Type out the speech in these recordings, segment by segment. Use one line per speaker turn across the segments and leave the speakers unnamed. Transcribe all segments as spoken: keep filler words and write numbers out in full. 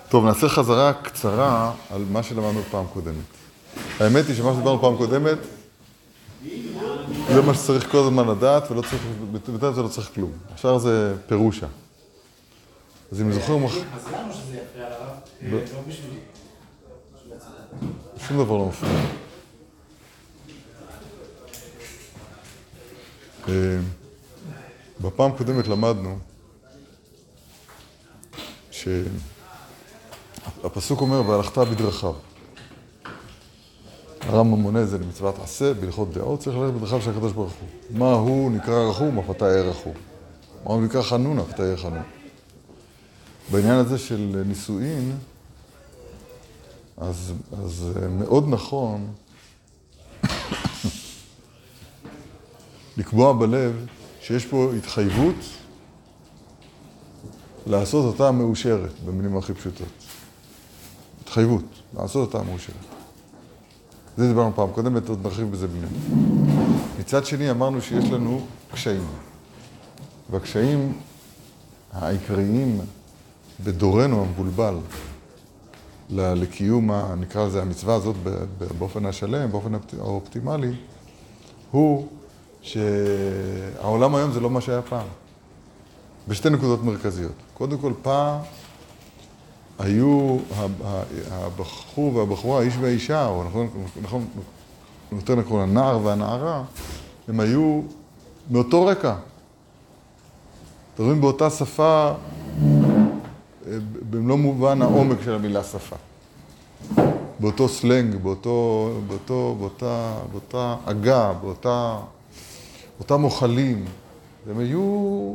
טוב, נעשה חזרה קצרה על מה שלמדנו פעם קודמת. האמת היא שמה שדיברנו פעם קודמת, זה מה שצריך כל הזמן לדעת, ולא צריך, בינתיים זה לא צריך כלום. השאר זה פירושה. אז אם זוכרים...
אז למה שזה יפריע לרב? לא בשבילי.
שום דבר לא מפריע. בפעם קודמת למדנו שהפסוק אומר, והלכת בדרכיו. הרמב"ם מונה זה למצוות עשה, בהלכות דעות, צריך ללכת בדרכיו של הקדוש ברוך הוא. מה הוא נקרא רחום, אף אתה יהיה רחום. מה הוא נקרא חנון, אף אתה יהיה חנון. בעניין הזה של נישואין, אז, אז מאוד נכון לקבוע בלב שיש פה התחייבות לעשות אותה מאושרת, במילים הכי פשוטות. התחייבות, לעשות אותה מאושרת. זה דיברנו פעם קודמת, עוד נרחיב בזה במילים. מצד שני אמרנו שיש לנו קשיים. והקשיים העיקריים בדורנו המבולבל לקיום, נקרא לזה המצווה הזאת באופן השלם, באופן האופטימלי, הוא שהעולם היום זה לא מה שהיה פעם. בשתי נקודות מרכזיות. קודם כל, פעם היו הבחור והבחורה, האיש והאישה, או נכון, נכון, יותר נכון, הנער והנערה, הם היו מאותו רקע. מדברים באותה שפה, במלוא מובן העומק של המילה שפה. באותו סלנג, באותו, באותו, באותה, באותה עגה, באותה, באותם אוכלים. הם היו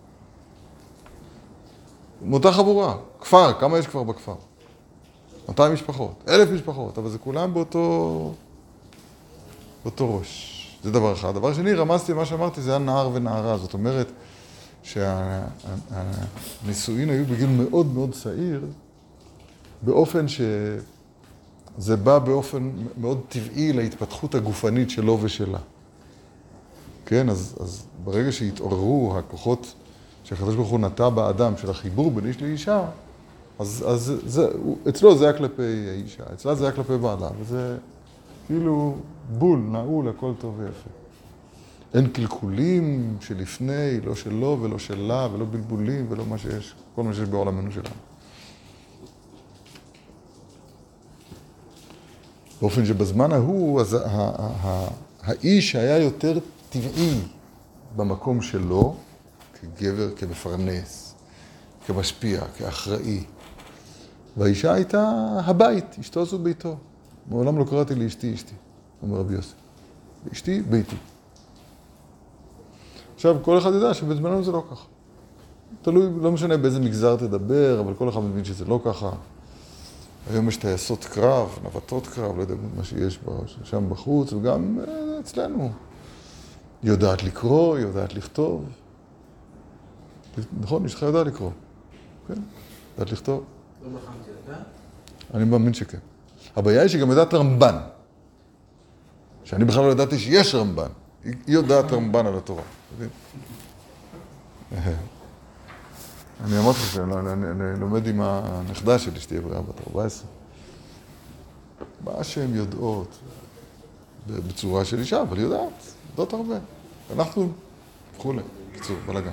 מאותה חבורה. כפר, כמה יש כבר בכפר? מאתיים משפחות, אלף משפחות, אבל זה כולם באותו, באותו ראש. זה דבר אחד. דבר שני, רמזתי מה שאמרתי, זה היה נער ונערה. זאת אומרת שהנישואין היו בגיל מאוד מאוד צעיר, באופן שזה בא באופן מאוד טבעי להתפתחות הגופנית שלו ושלה. כן, אז, אז ברגע שהתעוררו הכוחות שהקדוש ברוך הוא נטע באדם של החיבור בין איש לאישה, אז, אז זה, אצלו זה היה כלפי האישה, אצלה זה היה כלפי בעלה, וזה כאילו בול, נעול, הכל טוב ויפה. אין קלקולים שלפני, לא שלו ולא שלה, ולא בלבולים ולא מה שיש, כל מה שיש בעולמנו שלנו. באופן שבזמן ההוא, אז האיש היה יותר טבעי במקום שלו, כגבר, כמפרנס, כמשפיע, כאחראי. והאישה הייתה הבית, אשתו זו ביתו. מעולם לא קראתי לאשתי אשתי, אומר רבי יוסף. אשתי, ביתי. עכשיו, כל אחד יודע שבזמננו זה לא ככה. תלוי, לא משנה באיזה מגזר תדבר, אבל כל אחד מבין שזה לא ככה. היום יש טייסות קרב, נווטות קרב, לא יודע מה שיש שם בחוץ, וגם אצלנו. היא יודעת לקרוא, היא יודעת לכתוב. נכון, אשתך יודעת לקרוא. כן, יודעת לכתוב.
לא בחנתי אותה?
אני מאמין שכן. הבעיה היא שגם יודעת רמב"ן. שאני בכלל לא ידעתי שיש רמב"ן. היא יודעת רמב"ן על התורה. אני אמרתי לכם, אני לומד עם הנכדה שלי שתהיה בריאה בת ארבע עשרה. מה שהן יודעות בצורה של אישה, אבל יודעת, יודעות הרבה. אנחנו וכולי, קיצור, בלגן.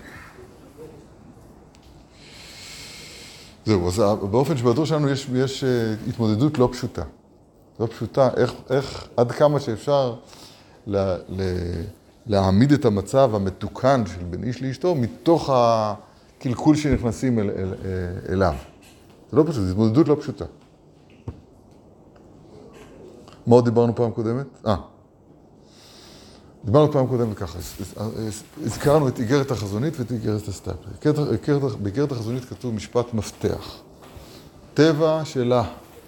זהו, אז באופן שבדור שלנו יש, יש התמודדות לא פשוטה. לא פשוטה, איך, איך עד כמה שאפשר לה, לה, להעמיד את המצב המתוקן של בין איש לאשתו מתוך הקלקול שנכנסים אל, אל, אליו. זה לא פשוט, זו התמודדות לא פשוטה. מה עוד דיברנו פעם קודמת? אה. דיברנו פעם קודמת ככה, הזכרנו את איגרת החזונית ואת איגרת הסטייפלר. באיגרת החזונית כתוב משפט מפתח. טבע שלה,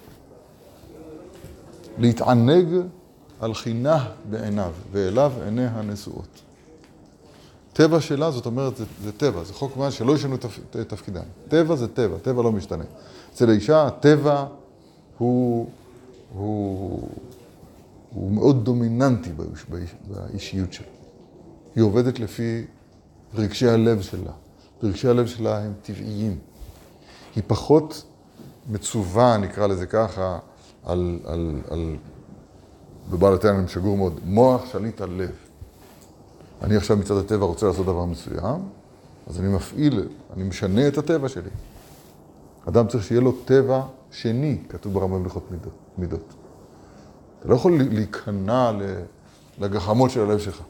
להתענג על חינה בעיניו, ואליו עיני הנשואות. טבע שלה, זאת אומרת, זה, זה טבע, זה חוק מה שלא ישנו תפ, תפקידם. טבע זה טבע, טבע לא משתנה. אצל האישה, הטבע הוא, הוא, הוא מאוד דומיננטי באיש, באיש, באישיות שלה. היא עובדת לפי רגשי הלב שלה. רגשי הלב שלה הם טבעיים. היא פחות מצווה, נקרא לזה ככה, על, על, על, בבעל התניא שגור מאוד, מוח שליט על לב. אני עכשיו מצד הטבע רוצה לעשות דבר מסוים, אז אני מפעיל, אני משנה את הטבע שלי. אדם צריך שיהיה לו טבע שני, כתוב ברמב"ם הלכות מידות, מידות. אתה לא יכול להיכנע לגחמות של הלב שלך.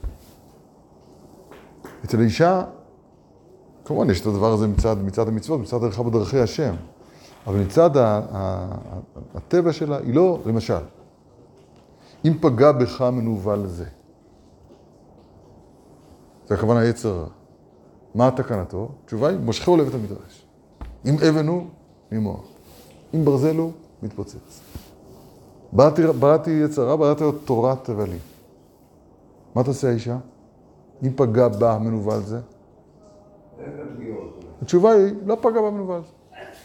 אצל האישה, כמובן יש את הדבר הזה מצד, מצד המצוות, מצד הלכה בדרכי השם, אבל מצד ה, ה, הטבע שלה, היא לא, למשל, אם פגע בך מנוול זה, זה הכוונה היצר רע. מה התקנתו? תשובה היא, מושכו לבית המדרש. אם אבן הוא, ממוח. אם ברזל הוא, מתפוצץ. בראתי, בראתי יצר רע, בראתי לו תורת תבלים. מה תעשה האישה? אם פגע בה מנוול זה? התשובה היא, לא פגע בה מנוול זה.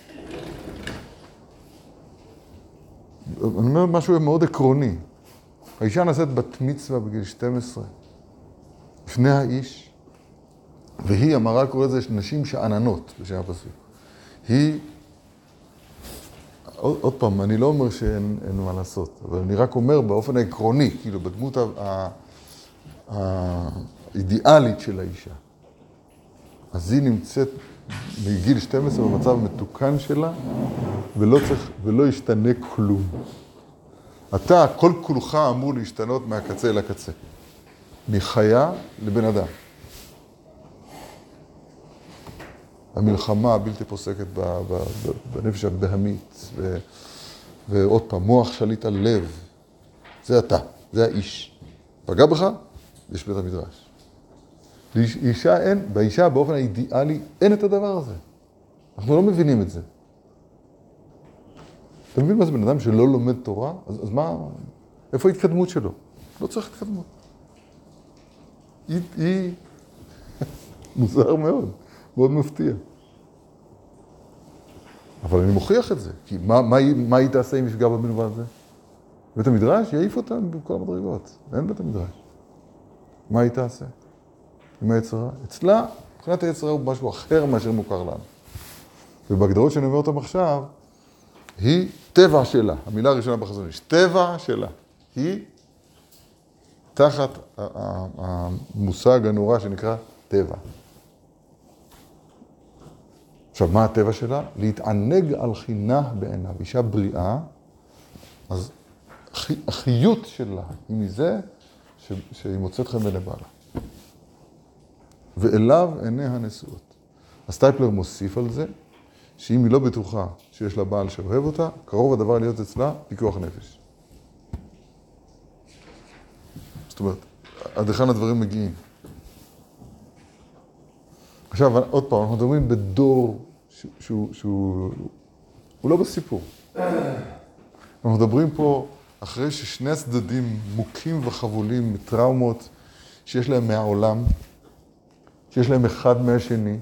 אני אומר משהו מאוד עקרוני. האישה נעשית בת מצווה בגיל שתים עשרה. לפני האיש, והיא, המראה קוראת לזה נשים שעננות, בשם הפסוק. היא, עוד, עוד פעם, אני לא אומר שאין אין מה לעשות, אבל אני רק אומר באופן העקרוני, כאילו בדמות האידיאלית של האישה. אז היא נמצאת מגיל שתים עשרה במצב המתוקן שלה, ולא צריך, ולא ישתנה כלום. אתה, כל כולך אמור להשתנות מהקצה אל הקצה. מחיה לבן אדם. המלחמה הבלתי פוסקת בנפש הבהמית, ו, ועוד פעם, מוח שליט על לב. זה אתה, זה האיש. פגע בך, יש בית המדרש. לאישה אין, באישה באופן האידיאלי אין את הדבר הזה. אנחנו לא מבינים את זה. אתה מבין מה זה בן אדם שלא לומד תורה? אז, אז מה, איפה ההתקדמות שלו? לא צריך התקדמות. היא, היא מוזר מאוד, מאוד מפתיע. אבל אני מוכיח את זה, כי מה, מה, מה היא תעשה אם יפגע במנוול הזה? בית המדרש יעיף אותם בכל המדרגות, אין בית המדרש. מה היא תעשה? עם היצרה? אצלה, מבחינת היצרה הוא משהו אחר מאשר מוכר לנו. ובהגדרות שאני אומר אותם עכשיו, היא טבע שלה, המילה הראשונה בחזון איש, טבע שלה. היא תחת המושג הנורא שנקרא טבע. עכשיו, מה הטבע שלה? להתענג על חינה בעיניו. אישה בריאה, אז החיות שלה היא מזה ש... שהיא מוצאת חן בעיני בעלה. ואליו עיניה נשואות. אז טייפלר מוסיף על זה, שאם היא לא בטוחה שיש לה בעל שאוהב אותה, קרוב הדבר להיות אצלה פיקוח נפש. זאת אומרת, עד היכן הדברים מגיעים. עכשיו, עוד פעם, אנחנו מדברים בדור שהוא, שהוא, שהוא הוא לא בסיפור. אנחנו מדברים פה אחרי ששני הצדדים מוכים וחבולים מטראומות שיש להם מהעולם, שיש להם אחד מהשני.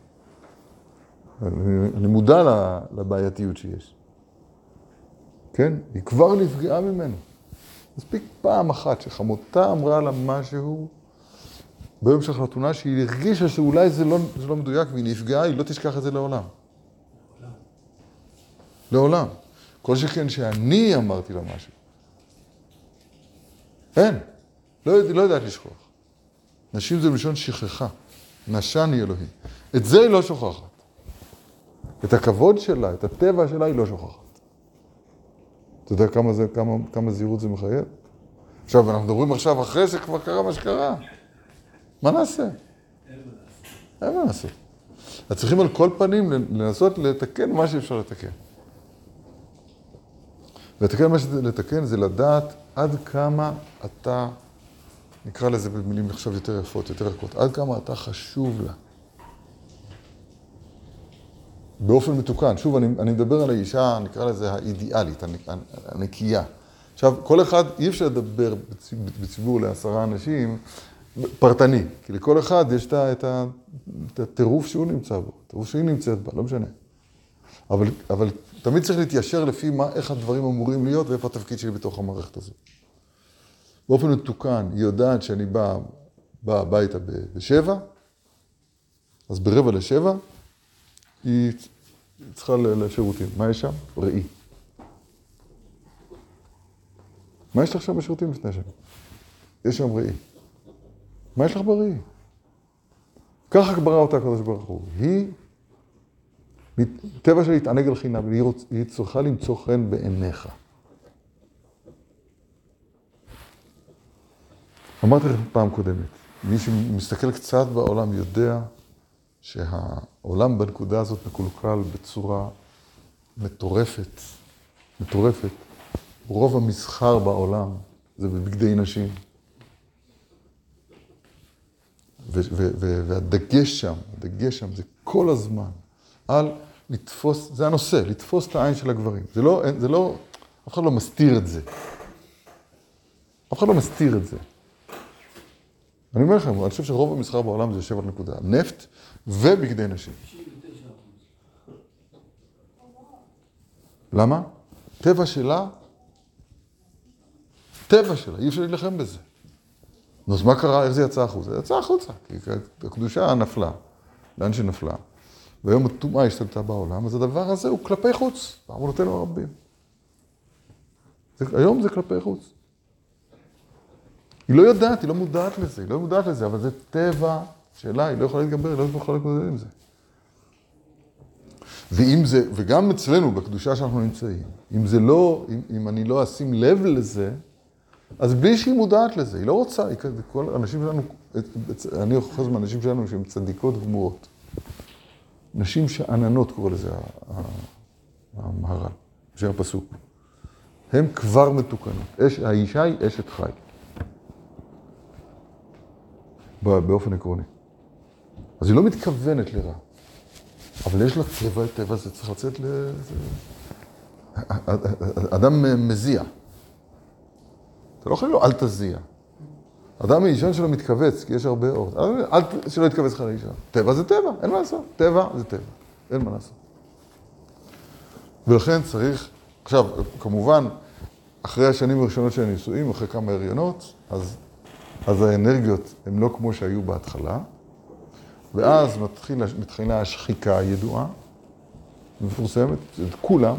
אני, אני מודע לבעייתיות שיש. כן? היא כבר נפגעה ממנו. מספיק פעם אחת שחמותה אמרה לה משהו ביום של חתונה שהיא הרגישה שאולי זה לא, זה לא מדויק והיא נפגעה, היא לא תשכח את זה לעולם. לעולם. לעולם. כל שכן שאני אמרתי לה משהו. אין. לא, לא יודעת לשכוח. נשים זה מלשון שכחה. נשן היא אלוהי. את זה היא לא שוכחת. את הכבוד שלה, את הטבע שלה היא לא שוכחת. אתה יודע כמה, זה, כמה, כמה זהירות זה מחייב? עכשיו, אנחנו מדברים עכשיו אחרי שכבר קרה מה שקרה. מה נעשה? אין מה נעשה. אין מה נעשה. אז צריכים על כל פנים לנסות לתקן מה שאפשר לתקן. לתקן מה שלתקן זה לדעת עד כמה אתה, נקרא לזה במילים עכשיו יותר יפות, יותר רכות, עד כמה אתה חשוב לה. באופן מתוקן. שוב, אני, אני מדבר על האישה, נקרא לזה האידיאלית, הנקייה. עכשיו, כל אחד, אי אפשר לדבר בציבור לעשרה אנשים פרטני, כי לכל אחד יש את הטירוף שהוא נמצא בו, הטירוף שהיא נמצאת בה, לא משנה. אבל, אבל תמיד צריך להתיישר לפי מה, איך הדברים אמורים להיות ואיפה התפקיד שלי בתוך המערכת הזאת. באופן מתוקן, היא יודעת שאני בא, בא הביתה בשבע, אז ברבע לשבע, היא צריכה לשירותים. מה יש שם? ראי. מה יש לך שם בשירותים לפני השם? יש שם ראי. מה יש לך בראי? ככה ברא אותה הקדוש ברוך הוא. היא, טבע שלה להתענג על חינם, היא צריכה למצוא חן בעיניך. אמרתי לכם פעם קודמת, מי שמסתכל קצת בעולם יודע שהעולם בנקודה הזאת מקולקל בצורה מטורפת, מטורפת. רוב המסחר בעולם זה בבגדי נשים. והדגש שם, הדגש שם זה כל הזמן על לתפוס, זה הנושא, לתפוס את העין של הגברים. זה לא, זה לא, אף אחד לא מסתיר את זה. אף אחד לא מסתיר את זה. אני אומר לכם, אני חושב שרוב המסחר בעולם זה יושב על נקודה. נפט ובגדי נשים. למה? טבע שלה, טבע שלה, אי אפשר להילחם בזה. נו, אז מה קרה? איך זה יצא החוצה? זה יצא החוצה, כי הקדושה נפלה, לאן שנפלה. והיום הטומאה השתלטה בעולם, אז הדבר הזה הוא כלפי חוץ, בעוונותינו הרבים. היום זה כלפי חוץ. היא לא יודעת, היא לא מודעת לזה, היא לא מודעת לזה, אבל זה טבע שלה, היא לא יכולה להתגבר, היא לא יכולה להתמודד עם זה. ואם זה, וגם אצלנו, בקדושה שאנחנו נמצאים, אם זה לא, אם, אם אני לא אשים לב לזה, אז בלי שהיא מודעת לזה, היא לא רוצה, היא, כל האנשים שלנו, אני אוחז מהאנשים שלנו שהם צדיקות גמורות. נשים שעננות קורא לזה המהר"ל, שם הפסוק. הן כבר מתוקנות. אש, האישה היא אשת חי. באופן עקרוני. אז היא לא מתכוונת לרע. אבל יש לה טבע, טבע זה צריך לצאת ל... אדם מזיע. אתה לא יכול לו, אל תזיע. אדם האישון שלו מתכווץ, כי יש הרבה אור. אל שלא יתכווץ לך לאישה. טבע זה טבע, אין מה לעשות. טבע זה טבע, אין מה לעשות. ולכן צריך, עכשיו, כמובן, אחרי השנים הראשונות של הנישואים, אחרי כמה הריונות, אז, אז האנרגיות הן לא כמו שהיו בהתחלה, ואז מתחילה, מתחילה השחיקה הידועה, מפורסמת, זה כולם,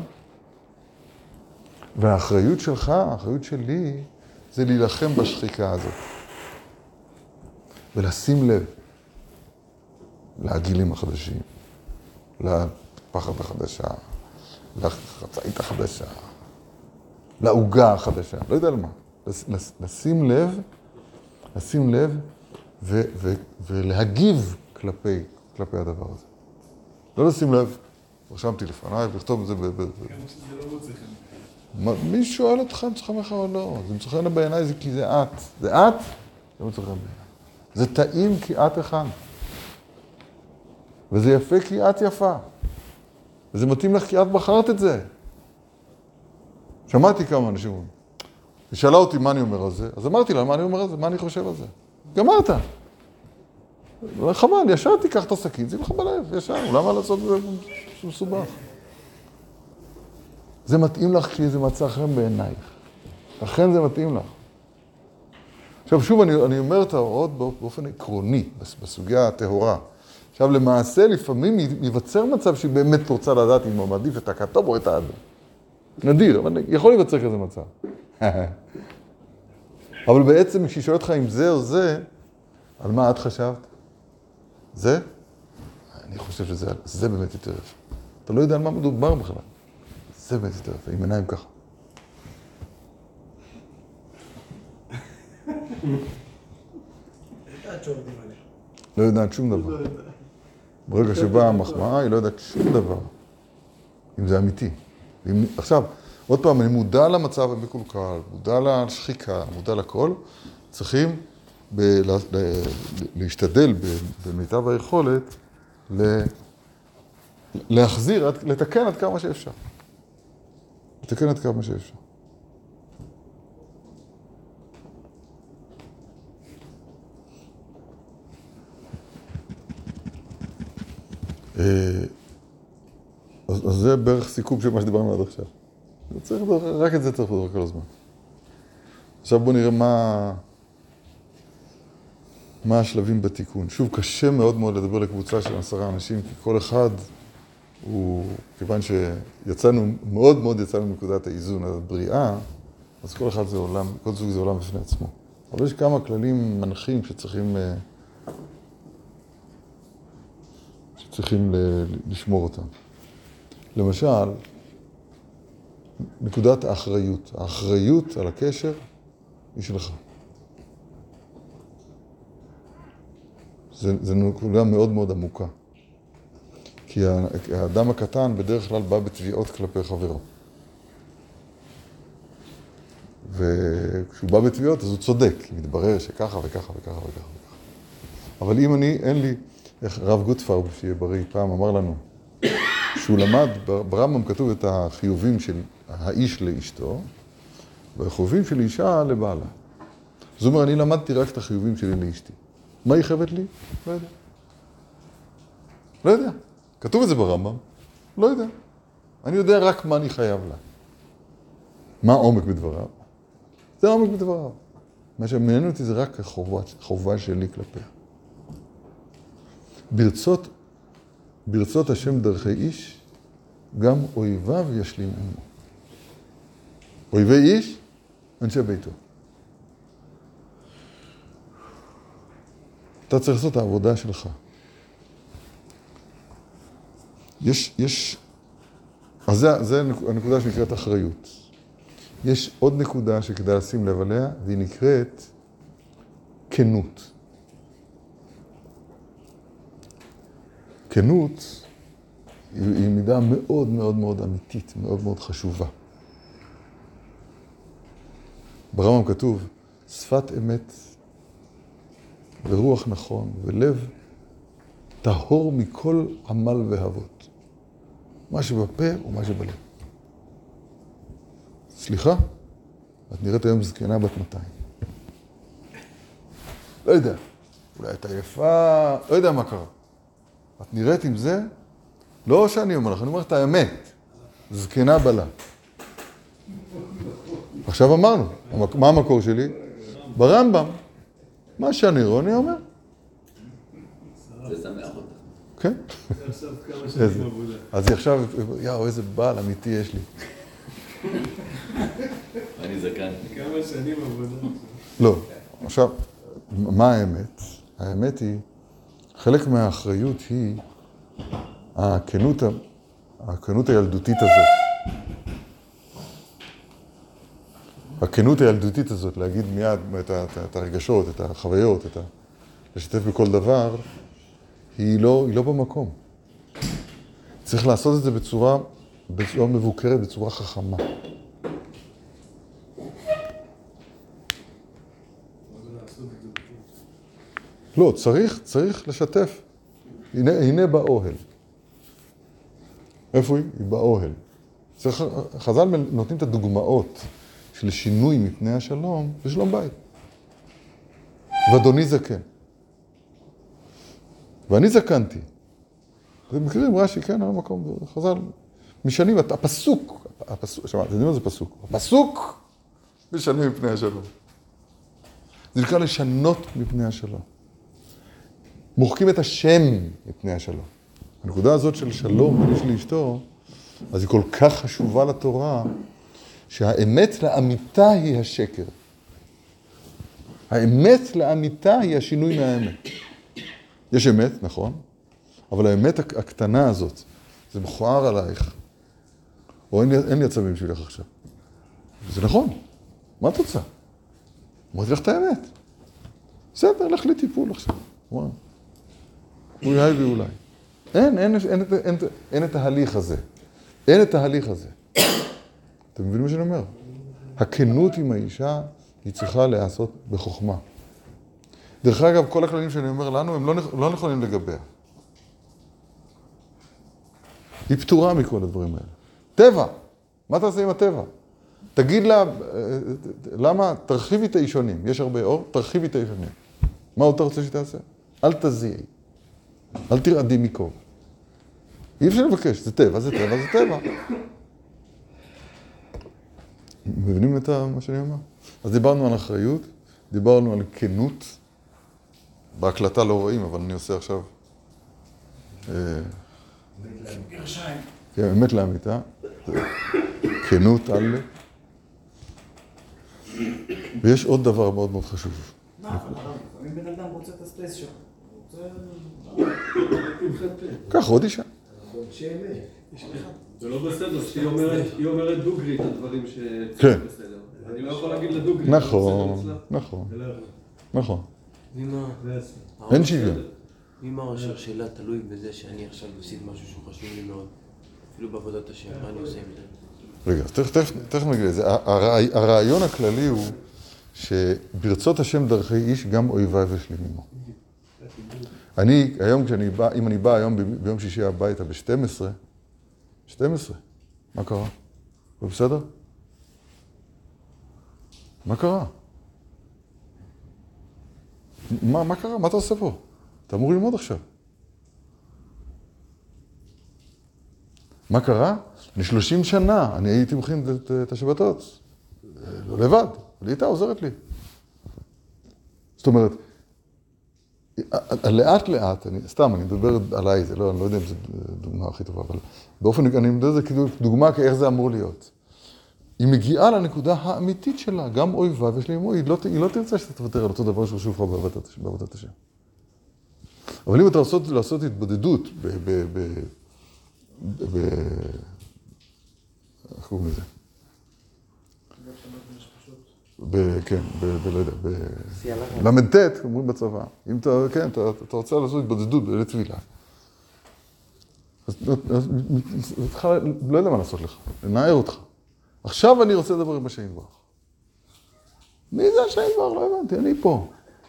והאחריות שלך, האחריות שלי, זה להילחם בשחיקה הזאת. ולשים לב לגילים החדשים, לפחד החדשה, לחצאית החדשה, לעוגה החדשה, לא יודע למה. לשים לב, לשים לב ו- ו- ולהגיב כלפי, כלפי הדבר הזה. לא לשים לב, רשמתי לפניי, וכתוב את זה ב... ב-
זה לא מוצא חן.
מי שואל אותך אם צריך לך או לא? זה מצא חן בעיניי זה כי זה את. זה את? זה מצא חן בעיניי. זה טעים כי את אחד. וזה יפה כי את יפה. וזה מתאים לך כי את בחרת את זה. שמעתי כמה אנשים אומרים. היא שאלה אותי מה אני אומר על זה, אז אמרתי לה מה אני אומר על זה, מה אני חושב על זה. גמרת. חבל, ישר תיקח את הסכין, זה לך בלב, ישר. למה לעשות את זה מסובך? זה מתאים לך כי זה מצא חן בעינייך. לכן זה מתאים לך. עכשיו שוב, אני, אני אומר את ההוראות באופן עקרוני, בסוגיה הטהורה. עכשיו למעשה לפעמים ייווצר מצב שהיא באמת רוצה לדעת אם הוא מעדיף את הכתוב או את האדם. נדיר, אבל יכול להיווצר כזה מצב. אבל בעצם כשהיא שואלת לך אם זה או זה, על מה את חשבת? זה? אני חושב שזה זה באמת יותר יפה. אתה לא יודע על מה מדובר בכלל. זה באמת יותר יפה, עם עיניים ככה. לא יודעת שום דבר. ברגע שבאה המחמאה, היא לא יודעת שום דבר. אם זה אמיתי. עכשיו, עוד פעם, אני מודע למצב המקולקל, מודע לשחיקה, מודע לכל, צריכים להשתדל במיטב היכולת להחזיר, לתקן עד כמה שאפשר. לתקן עד כמה שאפשר. אז זה בערך סיכום של מה שדיברנו עד עכשיו. צריך, רק את זה צריך לדבר כל הזמן. עכשיו בואו נראה מה, מה השלבים בתיקון. שוב, קשה מאוד מאוד לדבר לקבוצה של עשרה אנשים, כי כל אחד הוא, כיוון שיצאנו, מאוד מאוד יצאנו מנקודת האיזון, הבריאה, אז כל אחד זה עולם, כל זוג זה עולם בפני עצמו. אבל יש כמה כללים מנחים שצריכים, שצריכים לשמור אותם. למשל, נקודת האחריות. האחריות על הקשר היא שלך. זה, זה נקודה מאוד מאוד עמוקה. כי האדם הקטן בדרך כלל בא בתביעות כלפי חברו. וכשהוא בא בתביעות אז הוא צודק, כי מתברר שככה וככה וככה וככה וככה. אבל אם אני, אין לי, איך רב גוטפרב, שיהיה בריא, פעם אמר לנו, שהוא למד, ברמב"ם כתוב את החיובים של האיש לאשתו, והחיובים של אישה לבעלה. זאת אומרת, אני למדתי רק את החיובים שלי לאשתי. מה היא חייבת לי? לא יודע. לא יודע. כתוב את זה ברמב"ם? לא יודע. אני יודע רק מה אני חייב לה. מה העומק בדבריו? זה העומק בדבריו. מה שמעניין אותי זה רק החובה, החובה שלי כלפיה. ברצות, ברצות השם דרכי איש, גם אויביו ישלים עמו. אויבי איש, אנשי ביתו. אתה צריך לעשות את העבודה שלך. יש, יש, אז זה, זה הנקודה שנקראת אחריות. יש עוד נקודה שכדאי לשים לב עליה, והיא נקראת כנות. כנות היא, היא מידה מאוד מאוד מאוד אמיתית, מאוד מאוד חשובה. ברמב"ם כתוב, שפת אמת ורוח נכון ולב טהור מכל עמל והבות. מה שבפה ומה שבלב. סליחה? את נראית היום זקנה בת מאתיים. לא יודע. אולי הייתה יפה, לא יודע מה קרה. את נראית עם זה? לא שאני אומר לך, אני אומר לך את האמת. זקנה בלה. עכשיו אמרנו, מה המקור שלי? ברמב"ם. מה שאני רואה, אני אומר.
זה שמח אותך.
כן.
עכשיו כמה שנים עבודה.
אז היא עכשיו, יאו, איזה בעל אמיתי יש לי.
אני זקן.
כמה שנים עבודה.
לא, עכשיו, מה האמת? האמת היא, חלק מהאחריות היא הכנות, הכנות הילדותית הזאת. הכנות הילדותית הזאת, להגיד מיד את, את, את הרגשות, את החוויות, את ה... לשתף בכל דבר, היא לא, היא לא במקום. צריך לעשות את זה בצורה, בצורה מבוקרת, בצורה חכמה. לא, צריך, צריך לשתף. הנה, הנה באוהל. איפה היא? היא באוהל. צריך, חז"ל נותנים את הדוגמאות של שינוי מפני השלום בשלום בית. ואדוני זקן. ואני זקנתי. זה מכירים רש"י, כן, על המקום, חז"ל. משנים, הפסוק, הפסוק, שמע, אתם יודעים מה זה פסוק? הפסוק משנים מפני השלום. זה נקרא לשנות מפני השלום. מוחקים את השם מפני השלום. הנקודה הזאת של שלום, בין איש לאשתו, אז היא כל כך חשובה לתורה, שהאמת לאמיתה היא השקר. האמת לאמיתה היא השינוי מהאמת. יש אמת, נכון, אבל האמת הקטנה הזאת, זה מכוער עלייך, או אין, אין לי עצבים בשבילך עכשיו. זה נכון, מה את רוצה? אמרתי לך את האמת. בסדר, לך לי טיפול עכשיו. וואו. אולי ואולי. אין, אין, אין, אין, אין, אין את ההליך הזה. אין את ההליך הזה. אתם מבינים מה שאני אומר? הכנות עם האישה היא צריכה להיעשות בחוכמה. דרך אגב, כל הכללים שאני אומר לנו, הם לא, לא נכונים לגביה. היא פטורה מכל הדברים האלה. טבע, מה תעשה עם הטבע? תגיד לה, למה? תרחיבי את האישונים. יש הרבה אור, תרחיבי את האישונים. מה עוד אתה רוצה שתעשה? אל תזיעי. אל תרעדי מקור. אי אפשר לבקש, זה טבע, זה טבע, זה טבע. מבינים את מה שאני אומר? אז דיברנו על אחריות, דיברנו על כנות. בהקלטה לא רואים, אבל אני עושה עכשיו אה,
גרשיים.
כן, אמת לאמיתה. כנות על... ויש עוד דבר מאוד מאוד חשוב.
מה, לפעמים בן אדם רוצה את הספייס שלו.
קח עוד אישה.
זה לא בסדר, שהיא אומרת דוגרי את הדברים
כן.
בסדר. אני לא יכול להגיד לדוגרי.
נכון, נכון, נכון. אין שוויון.
אם הרשר שלה תלוי בזה שאני עכשיו עושה משהו שהוא חשוב לי מאוד, אפילו בעבודת השם, מה אני עושה עם זה?
רגע, תכף נגיד לזה. הרעיון הכללי הוא שברצות השם דרכי איש גם אויביי ושלימימו. אני, היום כשאני בא, אם אני בא היום ביום שישי הביתה ב-שתים עשרה, שתים עשרה, מה קרה? זה בסדר? מה קרה? מה, מה קרה? מה אתה עושה פה? אתה אמור ללמוד עכשיו. מה קרה? אני שלושים שנה, אני הייתי מכין את, את השבתות. לבד, אבל הייתה עוזרת לי. זאת אומרת, לאט לאט, אני, סתם, אני מדבר עליי, זה לא, אני לא יודע אם זו דוגמה הכי טובה, אבל באופן, אני מדבר על זה כאילו דוגמה כאיך זה אמור להיות. היא מגיעה לנקודה האמיתית שלה, גם אויבה ושלימו, היא לא, היא לא תרצה שאתה תוותר על אותו דבר שחשוב לך בעבודת השם. אבל אם אתה לעשות, לעשות התבודדות ב... ב, ב, ב, איך קוראים לזה? ב, כן, ב, ב, לא יודע, ב... למ"ט, אומרים בצבא. אם אתה, כן, אתה, אתה רוצה לעשות התבודדות לטבילה. אז, אז, לא יודע מה לעשות לך, לנער אותך. עכשיו אני רוצה לדבר עם השם יתברך. מי זה השם יתברך? לא הבנתי, אני פה.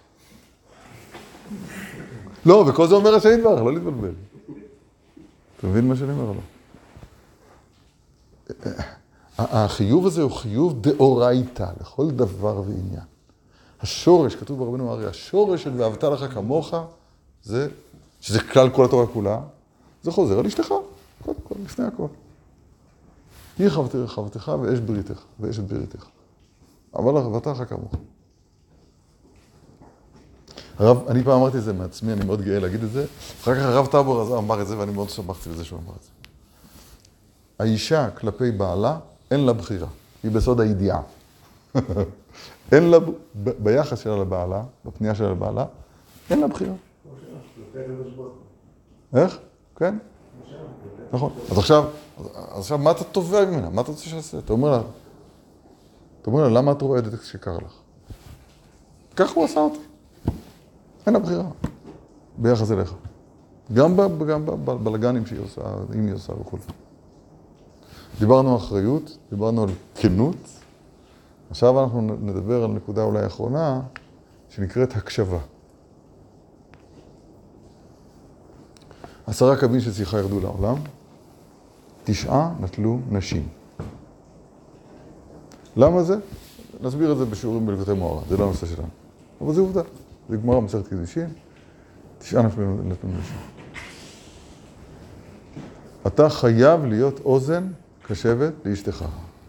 לא, וכל זה אומר השם יתברך, לא להתבלבל. אתה מבין מה שאני אומר? לא. החיוב הזה הוא חיוב דאורייתא, לכל דבר ועניין. השורש, כתוב ברבנו הרי, השורש של ואהבת לך כמוך, זה, שזה כלל כל התורה כולה, זה חוזר על אשתך, קודם כל, לפני הכל. היא חבתי רחבתך ואש בריתך, ואש את בריתך. אבל אהבת לך כמוך. הרב, אני פעם אמרתי את זה מעצמי, אני מאוד גאה להגיד את זה. אחר כך הרב טאבור הזה אמר את זה, ואני מאוד שמחתי בזה שהוא אמר את זה. האישה כלפי בעלה, אין לה בחירה. היא בסוד הידיעה. אין לה, ביחס שלה לבעלה, בפנייה שלה לבעלה, אין לה בחירה. איך? כן? נכון. אז עכשיו, אז עכשיו, מה אתה תובע ממנה? מה אתה רוצה שעשה? אתה אומר לה, אתה אומר לה, למה את רועדת כשקר לך? כך הוא עשה אותי. אין לה בחירה. ביחס אליך. גם בבלגנים שהיא עושה, אם היא עושה וכו'. דיברנו על אחריות, דיברנו על כנות. עכשיו אנחנו נדבר על נקודה אולי האחרונה, שנקראת הקשבה. עשרה קבין של שיחה ירדו לעולם, תשעה נטלו נשים. למה זה? נסביר את זה בשיעורים בליקוטי מאורע, זה לא הנושא שלנו. אבל זה עובדה, זה גמרא מסכת קידושין, תשעה נטלו נשים. אתה חייב להיות אוזן קשבת לאשתך.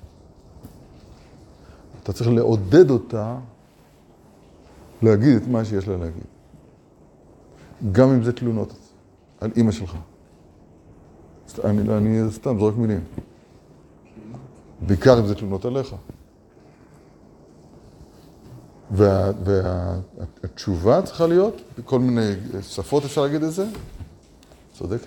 אתה צריך לעודד אותה להגיד את מה שיש לה להגיד. גם אם זה תלונות על אמא שלך. אני, אני סתם זורק מילים. בעיקר אם זה תלונות עליך. וה, והתשובה צריכה להיות, בכל מיני שפות אפשר להגיד את זה, צודקת.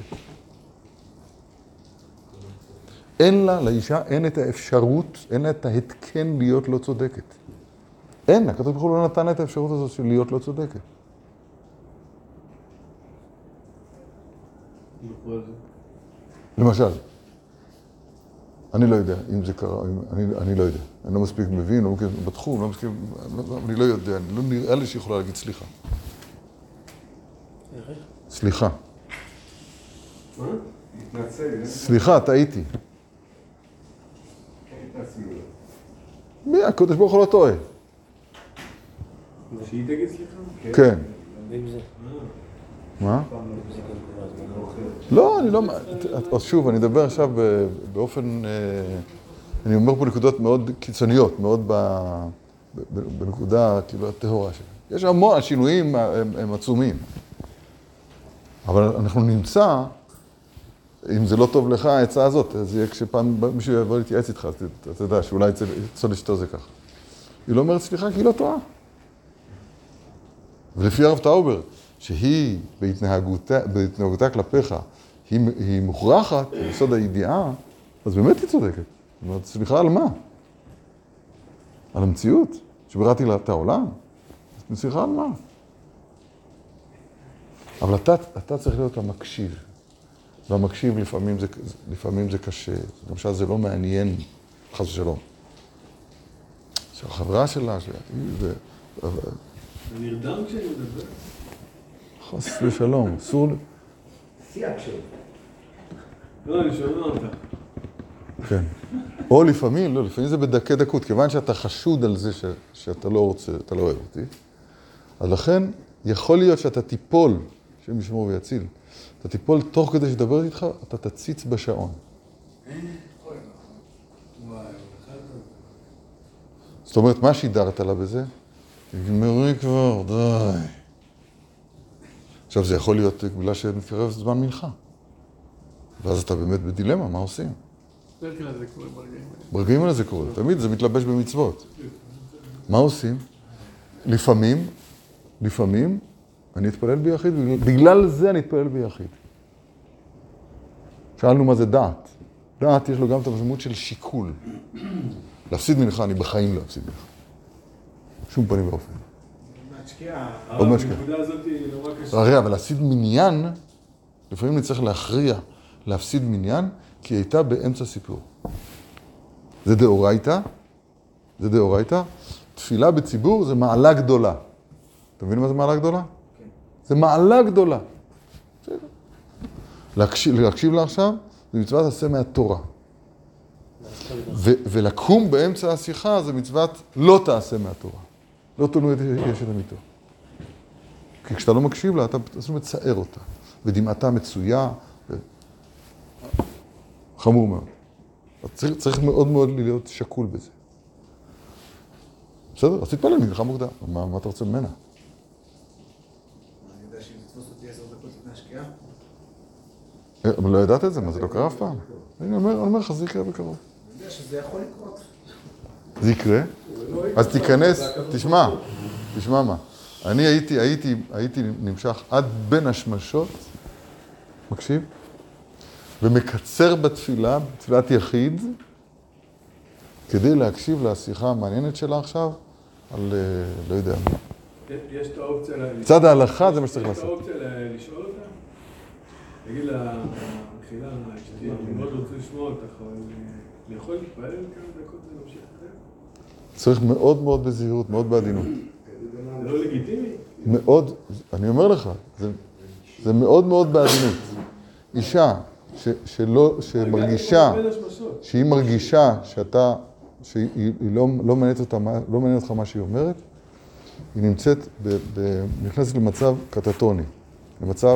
אין לה, לאישה, אין את האפשרות, אין לה את ההתקן להיות לא צודקת. אין, הכתוב ברוך הוא לא נתן את האפשרות הזאת של להיות לא צודקת. למשל, אני לא יודע אם זה קרה, אני, אני לא יודע. אני לא מספיק מבין, לא מספיק בתחום, לא מספיק, אני לא יודע, אני לא נראה לי שיכולה להגיד סליחה. סליחה.
מה? התנצל.
סליחה, טעיתי. מי? הקדוש ברוך הוא לא טועה.
שהיא תגיד סליחה?
כן.
ואם זה?
מה? לא, אני לא... אז שוב, אני אדבר עכשיו באופן... אני אומר פה נקודות מאוד קיצוניות, מאוד בנקודה, כאילו, הטהורה שלה. יש המון, השינויים הם עצומים. אבל אנחנו נמצא אם זה לא טוב לך, העצה הזאת, אז יהיה כשפעם מישהו יבוא להתייעץ איתך, אז אתה יודע שאולי אצל אשתו זה ככה. היא לא אומרת סליחה כי היא לא טועה. ולפי הרב טאובר, שהיא בהתנהגותה, בהתנהגותה כלפיך, היא, היא מוכרחת, בסוד הידיעה, אז באמת היא צודקת. זאת אומרת, סליחה על מה? על המציאות, שבראתי לה את העולם. אז סליחה על מה? אבל אתה, אתה צריך להיות המקשיב. והמקשיב לפעמים זה, לפעמים זה קשה. למשל זה לא מעניין, חס ושלום. שהחברה שלה, שהיא... זה...
זה נרדם כשאני מדבר.
חס ושלום, אסור...
שיא הקשב.
לא, אני שומע אותך.
כן. או לפעמים, לא, לפעמים זה בדקי דקות, כיוון שאתה חשוד על זה ש, שאתה לא רוצה, אתה לא אוהב אותי, אז לכן יכול להיות שאתה תיפול, שהם ישמור ויציל, אתה תיפול תוך כדי שדבר איתך, אתה תציץ בשעון. זאת אומרת, מה שידרת לה בזה? תגמרי כבר, די. עכשיו, זה יכול להיות בגלל שמתקרב זמן מנחה. ואז אתה באמת בדילמה, מה עושים?
בדרך כלל זה קורה ברגעים האלה.
ברגעים האלה זה קורה, תמיד זה מתלבש במצוות. מה עושים? לפעמים, לפעמים, אני אתפלל ביחיד, בגלל זה אני אתפלל ביחיד. שאלנו מה זה דעת. דעת יש לו גם את המשמעות של שיקול. להפסיד מנחה, אני בחיים לא אפסיד מנחה. שום פנים ואופן.
מהשקיעה.
עוד מהשקיעה.
הנקודה הזאת היא נורא קשה.
הרי, אבל להפסיד מניין, לפעמים אני צריך להכריע להפסיד מניין, כי היא הייתה באמצע סיפור. זה דאורייתא, זה דאורייתא. תפילה בציבור זה מעלה גדולה. אתה מבין מה זה מעלה גדולה? כן. זה מעלה גדולה. להקשיב, להקשיב לה עכשיו, זה מצוות עשה מהתורה. ו- ולקום באמצע השיחה זה מצוות לא תעשה מהתורה. לא תנו את יש את המיתו. כי כשאתה לא מקשיב לה, אתה פשוט מצער אותה. ודמעתה מצויה. ו... חמור מאוד. צריך, צריך מאוד מאוד להיות שקול בזה. בסדר? אז תתפלל מנחה מוקדם. מה, מה אתה רוצה ממנה?
אני יודע שאם תתפוס אותי עשר דקות לפני השקיעה.
אבל לא ידעת את זה? מה, זה לא קרה אף פעם? אני אומר, אני אומר לך, זה יקרה בקרוב.
אני יודע שזה יכול לקרות.
זה יקרה? אז תיכנס, תשמע, תשמע מה. אני הייתי, הייתי, הייתי נמשך עד בין השמשות, מקשיב? ומקצר בתפילה, בתפילת יחיד, כדי להקשיב לשיחה המעניינת שלה עכשיו, על, לא יודע מה.
יש את האופציה...
צד ההלכה זה מה שצריך לעשות.
יש את האופציה לשאול אותה? תגיד לה, מחילה, אשתי, אני מאוד רוצה לשמוע אותך, אבל אני יכול להתפעל כמה דקות ולהמשיך אחרי?
צריך מאוד מאוד בזהירות, מאוד בעדינות.
זה לא לגיטימי?
מאוד, אני אומר לך, זה, זה מאוד מאוד בעדינות. אישה ש, שלא, שמרגישה, שהיא מרגישה שאתה, שהיא לא, לא מעניינת אותה, לא מעניין אותך מה שהיא אומרת, היא נמצאת, ב, ב, נכנסת למצב קטטוני, למצב,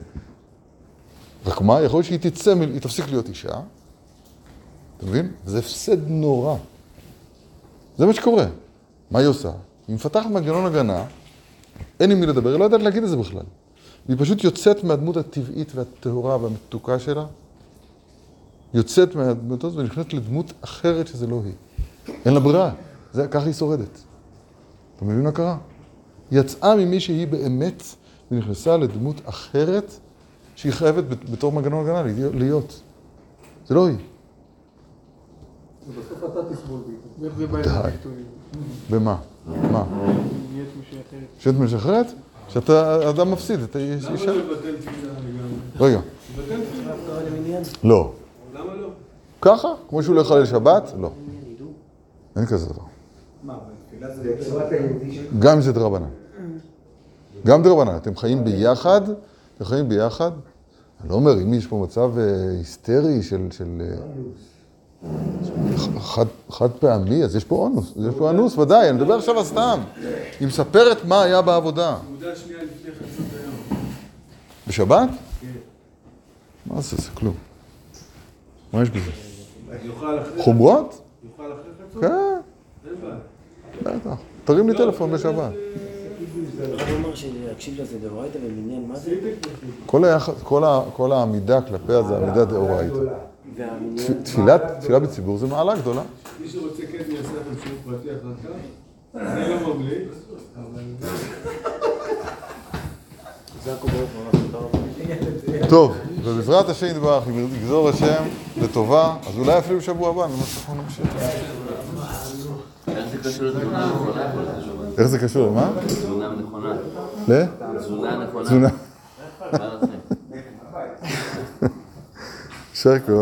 רק מה, יכול להיות שהיא תצא, היא תפסיק להיות אישה, אתה מבין? וזה הפסד נורא. זה מה שקורה. מה היא עושה? היא מפתחת מנגנון הגנה, אין עם מי לדבר, היא לא יודעת להגיד את זה בכלל. היא פשוט יוצאת מהדמות הטבעית והטהורה והמתוקה שלה, יוצאת מהדמות הזאת ונכנסת לדמות אחרת שזה לא היא. אין לה ברירה, זה, ככה היא שורדת. אתה מבין מה קרה? היא יצאה ממי שהיא באמת ונכנסה לדמות אחרת שהיא חייבת בתור מנגנון הגנה להיות. זה לא היא.
ובסוף אתה תסבול בי. ואיך זה בא
די.
ביטוי?
במה? מה?
נהיית מישהי אחרת.
שאת משחררת? שאתה אדם מפסיד, אתה אישה?
למה לא לבטל תפילה לגמרי?
רגע.
לבטל תפילה?
לא.
למה לא?
ככה? כמו שהוא לא יחלל שבת? לא. אין כזה דבר.
מה, בתפילה זה בצורת היהודי שלך?
גם אם זה דרבנן. גם דרבנן. אתם חיים ביחד, אתם חיים ביחד. אני לא אומר, אם יש פה מצב היסטרי של... חד, חד פעמי, אז יש פה אונוס, יש פה אנוס, ודאי, אני מדבר עכשיו על סתם. היא מספרת מה היה בעבודה.
עמודה שנייה לפני חצות היום.
בשבת?
כן.
מה זה, זה כלום. מה יש בזה?
יוכל אחרי...
חומרות?
יוכל אחרי חצות?
כן,
אין בעיה.
בטח. תרים לי טלפון בשבת.
הרב אמר שלהקשיב לזה דאורייתא ומניין מה זה?
כל היחס, כל ה- כל העמידה כלפיה זה עמידה דאורייתא.
והמניין...
תפילת, תפילה בציבור זה מעלה גדולה.
מי שרוצה כן יעשה לכם שיעור פרטי אחר כך, אני לא ממליץ, אבל...
זה הכל ברוך ממש, תודה רבה.
טוב, ובעזרת השם יתברך, אם יגזור השם לטובה, אז אולי אפילו בשבוע הבא, נמה שאנחנו נמשיך.
איך זה קשור לתזונה נכונה?
איך זה קשור למה?
תזונה נכונה.
ל?
תזונה נכונה.
תזונה.
מה נעשה?
שרקו.